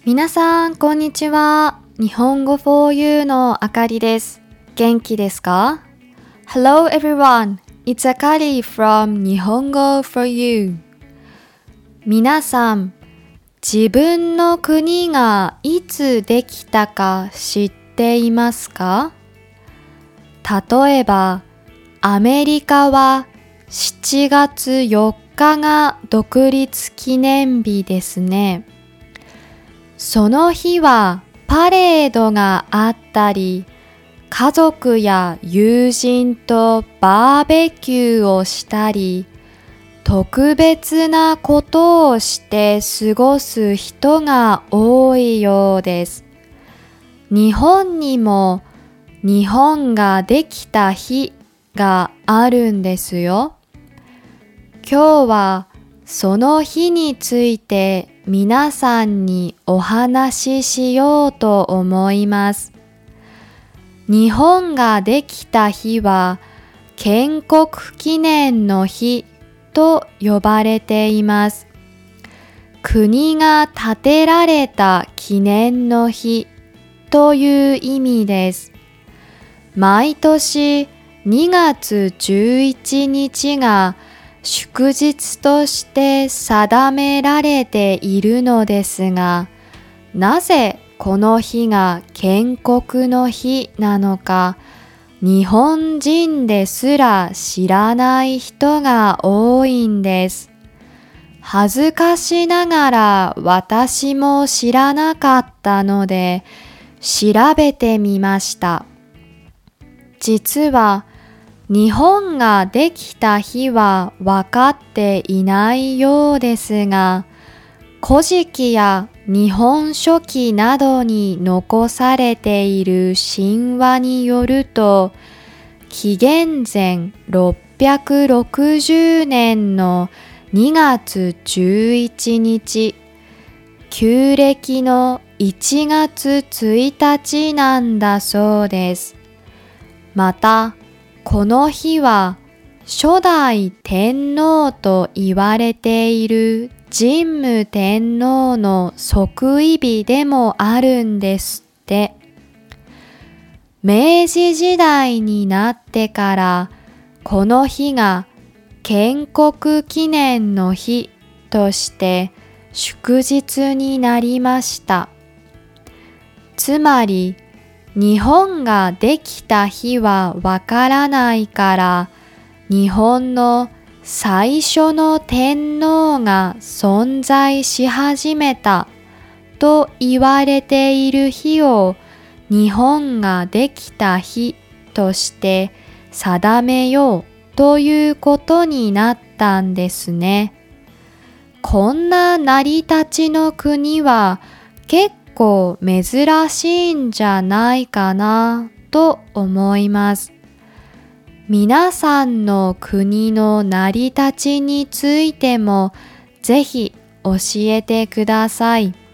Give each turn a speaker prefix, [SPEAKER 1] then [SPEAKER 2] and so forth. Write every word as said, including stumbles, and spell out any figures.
[SPEAKER 1] 皆さん、こんにちは。日本語 フォーユー のあかりです。元気ですか？ Hello everyone, it's Akari from 日本語 フォーユー。皆さん、自分の国がいつできたか知っていますか？例えば、アメリカはしちがつよっかが独立記念日ですね。その日はパレードがあったり、家族や友人とバーベキューをしたり、特別なことをして過ごす人が多いようです。日本にも日本ができた日があるんですよ。今日はその日について皆さんにお話ししようと思います。日本ができた日は建国記念の日と呼ばれています。国が建てられた記念の日という意味です。毎年にがつじゅういちにちが祝日として定められているのですが、なぜこの日が建国の日なのか、日本人ですら知らない人が多いんです。恥ずかしながら私も知らなかったので、調べてみました。実は、日本ができた日は分かっていないようですが、古事記や日本書紀などに残されている神話によると、紀元前ろっぴゃくろくじゅうねんのにがつじゅういちにち、旧暦のいちがつついたちなんだそうです。また、この日は初代天皇と言われている神武天皇の即位日でもあるんですって。明治時代になってからこの日が建国記念の日として祝日になりました。つまり、日本ができた日はわからないから、日本の最初の天皇が存在し始めたと言われている日を日本ができた日として定めようということになったんですね。こんな成り立ちの国は結構結構珍しいんじゃないかなと思います。皆さんの国の成り立ちについてもぜひ教えてください。